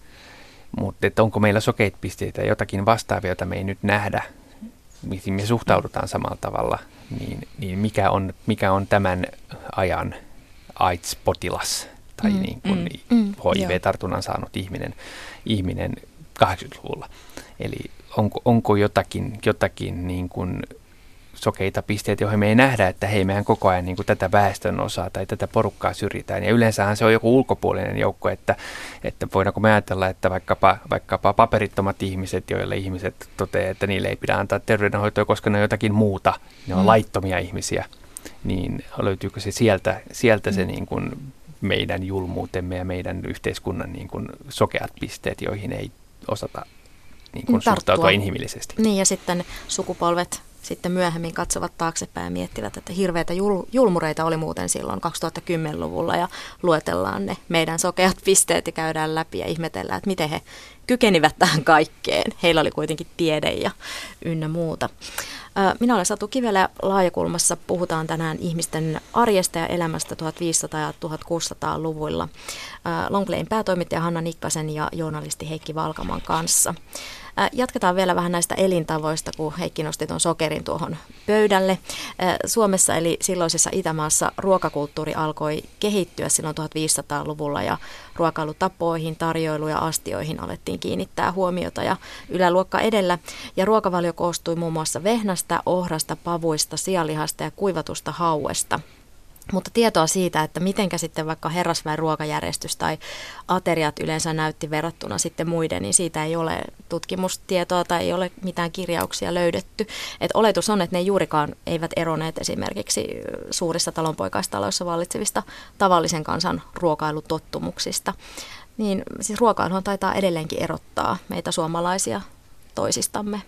Mutta onko meillä sokeitpisteitä ja jotakin vastaavia, joita me ei nyt nähdä, mihin me suhtaudutaan samalla tavalla, niin, niin mikä, on, mikä on tämän ajan AIDS-potilas tai mm, niin kuin mm, H I V-tartunnan saanut ihminen, ihminen kahdeksankymmentäluvulla. Eli onko, onko jotakin, jotakin niin kuin sokeita pisteitä, joihin me ei nähdä, että hei, mehän koko ajan niin kuin tätä väestön osaa tai tätä porukkaa syrjitään. Ja yleensähän se on joku ulkopuolinen joukko, että, että voidaanko me ajatella, että vaikkapa, vaikkapa paperittomat ihmiset, joille ihmiset toteaa, että niille ei pidä antaa terveydenhoitoa, koska ne on jotakin muuta, ne on mm. laittomia ihmisiä, niin löytyykö se sieltä, sieltä se niin kuin meidän julmuutemme ja meidän yhteiskunnan niin kuin sokeat pisteet, joihin ei osata niin kuin suhtautua inhimillisesti. Niin, ja sitten sukupolvet sitten myöhemmin katsovat taaksepäin ja miettivät, että hirveitä jul- julmureita oli muuten silloin kaksituhattakymmenluvulla ja luetellaan ne meidän sokeat pisteet ja käydään läpi ja ihmetellään, että miten he kykenivät tähän kaikkeen. Heillä oli kuitenkin tiede ja ynnä muuta. Minä olen Satu Kivelä ja Laajakulmassa puhutaan tänään ihmisten arjesta ja elämästä tuhatviisisataa- ja tuhatkuusisataaluvuilla Longleyn päätoimittaja Hanna Nikkasen ja journalisti Heikki Valkaman kanssa. Jatketaan vielä vähän näistä elintavoista, kun Heikki nosti tuon sokerin tuohon pöydälle. Suomessa eli silloisessa Itämaassa ruokakulttuuri alkoi kehittyä silloin tuhatviisisataaluvulla ja ruokailutapoihin, tarjoilu- ja astioihin alettiin kiinnittää huomiota ja yläluokka edellä. Ja ruokavalio koostui muun muassa vehnästä, ohrasta, pavuista, sianlihasta ja kuivatusta hauesta. Mutta tietoa siitä, että mitenkä sitten vaikka herrasväen ruokajärjestys tai ateriat yleensä näytti verrattuna sitten muiden, niin siitä ei ole tutkimustietoa tai ei ole mitään kirjauksia löydetty. Et oletus on, että ne juurikaan eivät eroneet esimerkiksi suurissa talonpoikaistaloissa vallitsevista tavallisen kansan ruokailutottumuksista. Niin siis ruokailuhan taitaa edelleenkin erottaa meitä suomalaisia toisistamme.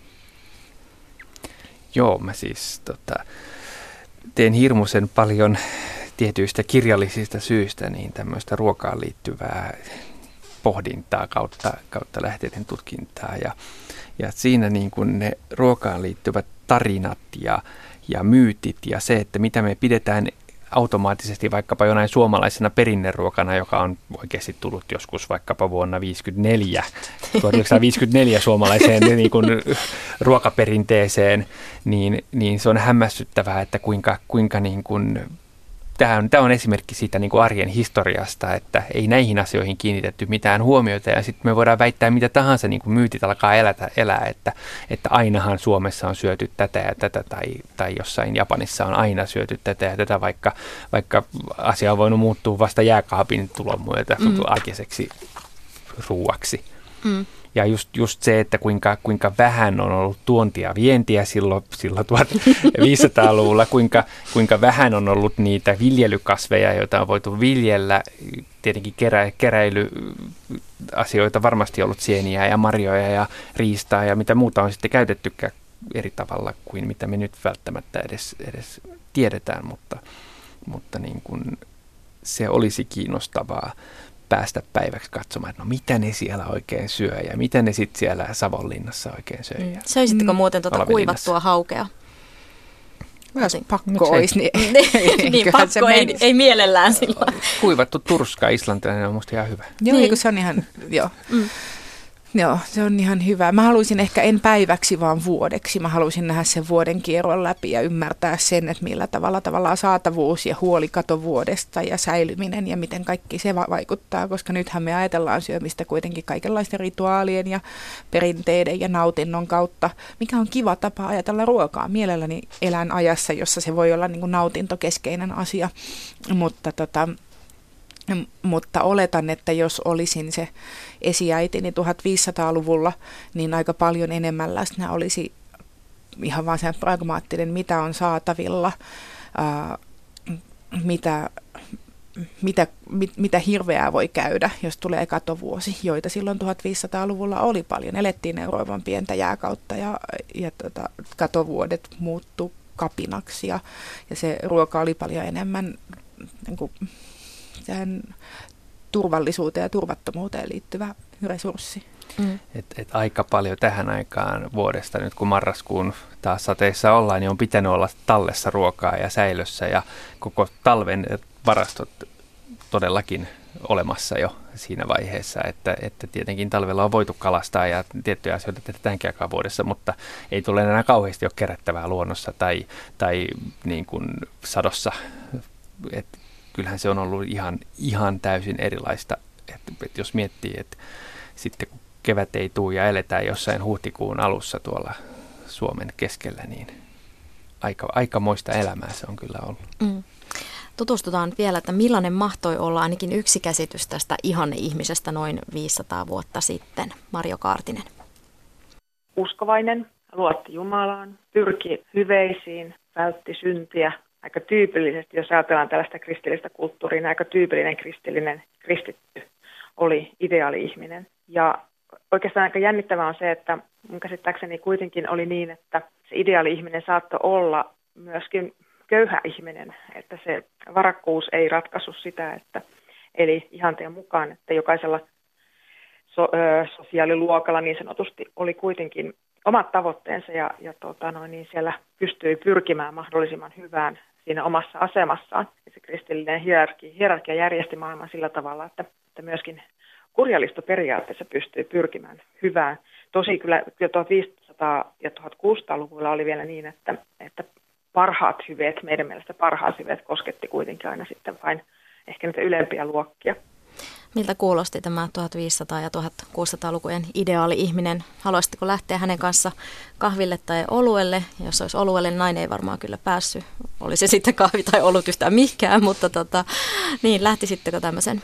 Joo, mä siis tota... teen hirmuisen paljon tietyistä kirjallisista syistä niin tämmöistä ruokaan liittyvää pohdintaa kautta, kautta lähteiden tutkintaa. Ja, ja siinä niin kuin ne ruokaan liittyvät tarinat ja, ja myytit ja se, että mitä me pidetään automaattisesti vaikkapa jonain suomalaisena perinneruokana, joka on oikeasti tullut joskus vaikkapa vuonna viisikymmentäneljä, tuhatyhdeksänsataaviisikymmentäneljä suomalaiseen niin kuin ruokaperinteeseen, niin, niin se on hämmästyttävää, että kuinka, kuinka niin kuin, tämä on, tämä on esimerkki siitä niin kuin arjen historiasta, että ei näihin asioihin kiinnitetty mitään huomiota ja sitten me voidaan väittää mitä tahansa, niin kuin myytit alkaa elätä, elää, että, että ainahan Suomessa on syöty tätä ja tätä tai, tai jossain Japanissa on aina syöty tätä ja tätä, vaikka, vaikka asia on voinut muuttua vasta jääkaapin tulon myötä mm. arkiseksi ruuaksi. Mm. Ja just, just se, että kuinka, kuinka vähän on ollut tuontia ja vientiä silloin, silloin tuhatviisisataaluvulla, kuinka, kuinka vähän on ollut niitä viljelykasveja, joita on voitu viljellä. Tietenkin kerä, keräilyasioita varmasti ollut sieniä ja marjoja ja riistaa ja mitä muuta on sitten käytettykään eri tavalla kuin mitä me nyt välttämättä edes, edes tiedetään, mutta, mutta niin kuin se olisi kiinnostavaa päästä päiväksi katsomaan, että no mitä ne siellä oikein syö ja mitä ne sitten siellä Savonlinnassa oikein syö. Mm. Söisitkö muuten tuota kuivattua haukea? Jos pakko olisi, niin, niin pakko ei, ei mielellään sillä. Kuivattu turska islantilainen on musta ihan hyvä. Joo, niin. se on ihan, joo. Mm. Joo, se on ihan hyvä. Mä haluaisin ehkä en päiväksi, vaan vuodeksi. Mä haluaisin nähdä sen vuoden kierron läpi ja ymmärtää sen, että millä tavalla tavallaan saatavuus ja huoli katovuodesta ja säilyminen ja miten kaikki se va- vaikuttaa. Koska nythän me ajatellaan syömistä kuitenkin kaikenlaisten rituaalien ja perinteiden ja nautinnon kautta, mikä on kiva tapa ajatella ruokaa. Mielelläni elän ajassa, jossa se voi olla niin kuin nautintokeskeinen asia, mutta tota... Mutta oletan, että jos olisin se esiäitini tuhatviisisataaluvulla, niin aika paljon enemmän läsnä olisi ihan vaan sen pragmaattinen, mitä on saatavilla, ää, mitä, mitä, mit, mitä hirveää voi käydä, jos tulee katovuosi, joita silloin tuhatviisisataaluvulla oli paljon. Elettiin Euroopan pientä jääkautta ja, ja tota, katovuodet muuttu kapinaksi ja, ja se ruoka oli paljon enemmän niin kuin, tähän turvallisuuteen ja turvattomuuteen liittyvä resurssi. Mm. Et, et aika paljon tähän aikaan vuodesta, nyt kun marraskuun taas sateissa ollaan, niin on pitänyt olla tallessa ruokaa ja säilössä ja koko talven varastot todellakin olemassa jo siinä vaiheessa, että, että tietenkin talvella on voitu kalastaa ja tiettyjä asioita tehdäänkin aikaa vuodessa, mutta ei tule enää kauheasti ole kerättävää luonnossa tai, tai niin kuin sadossa. Et kyllähän se on ollut ihan, ihan täysin erilaista, että, että jos miettii, että sitten kun kevät ei tule ja eletään jossain huhtikuun alussa tuolla Suomen keskellä, niin aika, aikamoista elämää se on kyllä ollut. Mm. Tutustutaan vielä, että millainen mahtoi olla ainakin yksi käsitys tästä ihanne-ihmisestä noin viisisataa vuotta sitten. Marjo Kaartinen. Uskovainen, luotti Jumalaan, pyrki hyveisiin, vältti syntiä. Aika tyypillisesti, jos ajatellaan tällaista kristillistä kulttuuria, niin aika tyypillinen kristillinen kristitty oli ideaali-ihminen. Ja oikeastaan aika jännittävää on se, että mun käsittääkseni kuitenkin oli niin, että se ideaali-ihminen saattoi olla myöskin köyhä ihminen, että se varakkuus ei ratkaisu sitä, että eli ihanteen mukaan, että jokaisella so, ö, sosiaaliluokalla niin sanotusti oli kuitenkin omat tavoitteensa ja, ja tota noin, niin siellä pystyi pyrkimään mahdollisimman hyvään siinä omassa asemassaan. Ja se kristillinen hierarkia, hierarkia järjesti maailman sillä tavalla, että, että myöskin kurjalisto periaatteessa pystyy pyrkimään hyvään. Tosi kyllä, kyllä tuhatviisisataa- ja tuhatkuusisataaluvulla oli vielä niin, että, että parhaat hyveet, meidän mielestä parhaat hyveet kosketti kuitenkin aina sitten vain ehkä niitä ylempiä luokkia. Miltä kuulosti tämä tuhatviisisataa- ja tuhatkuusisataalukujen ideaali-ihminen? Haluaisitteko lähteä hänen kanssa kahville tai oluelle? Jos olisi oluelle, niin nainen ei varmaan kyllä päässyt. Oli se sitten kahvi tai olut yhtään mikään, mutta tota, niin, lähtisittekö tämmöisen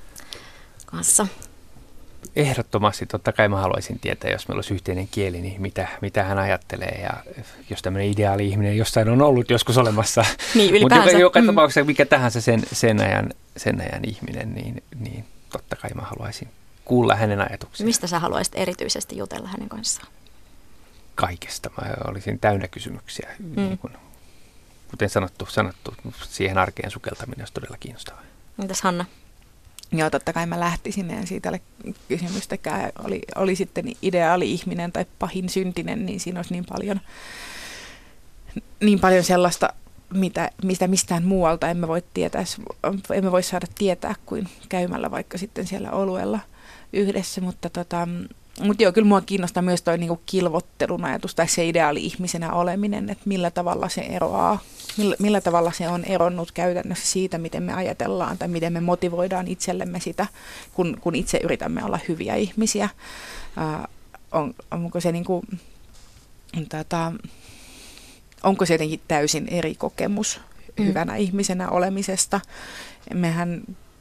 kanssa? Ehdottomasti, totta kai mä haluaisin tietää, jos meillä olisi yhteinen kieli, niin mitä, mitä hän ajattelee. Ja jos tämmöinen ideaali-ihminen jossain on ollut joskus olemassa, niin, mutta joka, joka mm. tapauksessa mikä tahansa sen, sen, ajan, sen ajan ihminen, niin, niin totta kai mä haluaisin kuulla hänen ajatuksiaan. Mistä sä haluaisit erityisesti jutella hänen kanssaan? Kaikesta. Mä olisin täynnä kysymyksiä. Mm. Niin kun, kuten sanottu, sanottu, siihen arkeen sukeltaminen olisi todella kiinnostavaa. Mitäs Hanna? Joo, totta kai mä lähtisin, en siitä ole kysymystäkään. Oli, oli sitten ideaali-ihminen tai pahin syntinen, niin siinä olisi niin paljon, niin paljon sellaista, mitä, mistä mistään muualta emme voi tietää, emme voi saada tietää kuin käymällä vaikka sitten siellä oluella yhdessä, mutta tota, Mutta joo, kyllä mua kiinnostaa myös toi niinku kilvottelun ajatus tai se ideaali-ihmisenä oleminen, että millä tavalla se eroaa, millä, millä tavalla se on eronnut käytännössä siitä, miten me ajatellaan tai miten me motivoidaan itsellemme sitä, kun, kun itse yritämme olla hyviä ihmisiä. Ää, on, onko se niinku, tata, onko se jotenkin täysin eri kokemus mm. hyvänä ihmisenä olemisesta? Mehän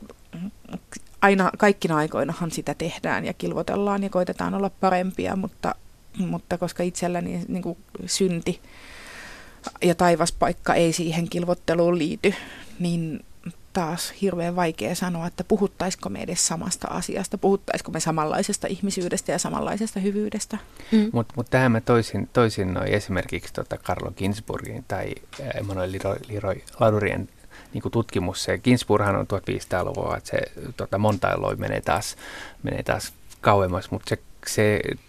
aina, kaikkina aikoinahan sitä tehdään ja kilvotellaan ja koitetaan olla parempia, mutta, mutta koska itselläni niin kuin synti ja taivaspaikka ei siihen kilvotteluun liity, niin taas hirveän vaikea sanoa, että puhuttaisiko me edes samasta asiasta, puhuttaisiko me samanlaisesta ihmisyydestä ja samanlaisesta hyvyydestä. Mm. Mutta mut tähän mä toisin, toisin noi esimerkiksi tota Carlo Ginzburgin tai Emmanuel Leroy Ladurien niin tutkimus. Se Ginzburghan on tuhatviisisataaluvua, että se tota, Montailloi menee taas, menee taas kauemmas, mutta se, se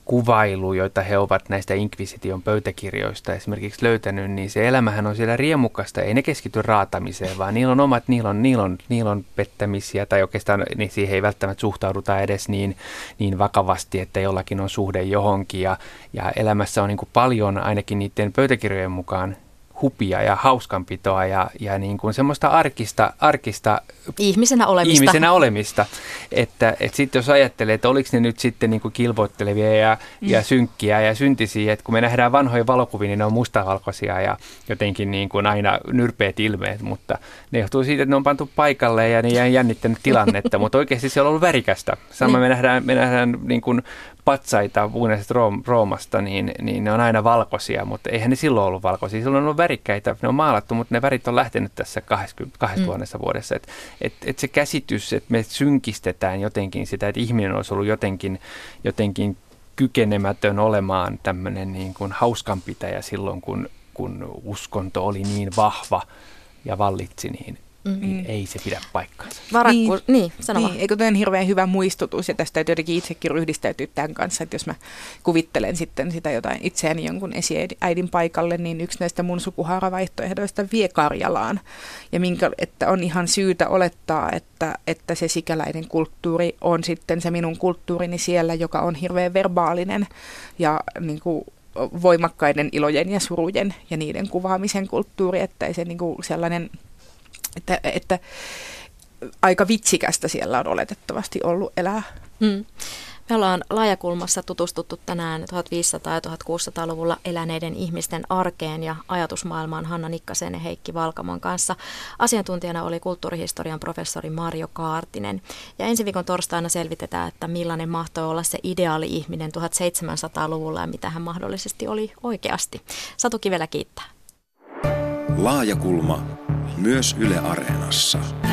kuvailu, joita he ovat näistä inkvisition pöytäkirjoista esimerkiksi löytänyt, niin se elämähän on siellä riemukasta. Ei ne keskity raatamiseen, vaan niillä on omat, niillä on, niillä on, niillä on pettämisiä, tai oikeastaan niin siihen ei välttämättä suhtauduta edes niin, niin vakavasti, että jollakin on suhde johonkin. Ja, ja elämässä on niin kuin paljon, ainakin niiden pöytäkirjojen mukaan, hupia ja hauskanpitoa ja, ja niin kuin semmoista arkista, arkista ihmisenä olemista. Ihmisenä olemista. Että, että sitten jos ajattelee, että oliko ne nyt sitten niin kuin kilvoittelevia ja, mm. ja synkkiä ja syntisiä, että kun me nähdään vanhoja valokuvia, niin ne on mustavalkoisia ja jotenkin niin kuin aina nyrpeät ilmeet, mutta ne johtuu siitä, että ne on pantu paikalle ja ne jää jännittänyt tilannetta, mutta oikeasti se on ollut värikästä. Sama me nähdään, me nähdään niin kuin patsaita punaisesta Roomasta, niin, niin ne on aina valkoisia, mutta eihän ne silloin ollut valkoisia. Silloin on ollut värikkäitä, ne on maalattu, mutta ne värit on lähtenyt tässä kaksituhatta mm. vuodessa. Että et, et se käsitys, että me synkistetään jotenkin sitä, että ihminen olisi ollut jotenkin, jotenkin kykenemätön olemaan tämmöinen niin kuin hauskanpitäjä silloin, kun, kun uskonto oli niin vahva ja vallitsi, niin Mm. niin ei se pidä paikkaansa. Varakku, niin, niin sano niin, eikö tämä on hirveän hyvä muistutus, ja tästä täytyy jotenkin itsekin ryhdistäytyä tämän kanssa, että jos mä kuvittelen sitten sitä jotain itseäni jonkun esiäidin paikalle, niin yksi näistä mun sukuhaaravaihtoehdoista vie Karjalaan, ja minkä, että on ihan syytä olettaa, että, että se sikäläinen kulttuuri on sitten se minun kulttuurini siellä, joka on hirveän verbaalinen, ja niin kuin voimakkaiden ilojen ja surujen ja niiden kuvaamisen kulttuuri, että ei se niin kuin sellainen Että, että aika vitsikästä siellä on oletettavasti ollut elää. Mm. Me ollaan Laajakulmassa tutustuttu tänään tuhatviisisataa- ja tuhatkuusisataaluvulla eläneiden ihmisten arkeen ja ajatusmaailmaan Hanna Nikkasen ja Heikki Valkamon kanssa. Asiantuntijana oli kulttuurihistorian professori Marjo Kaartinen. Ja ensi viikon torstaina selvitetään, että millainen mahtoi olla se ideaali-ihminen tuhatseitsemänsataaluvulla ja mitä hän mahdollisesti oli oikeasti. Satu Kivelä kiittää. Laajakulma myös Yle Areenassa.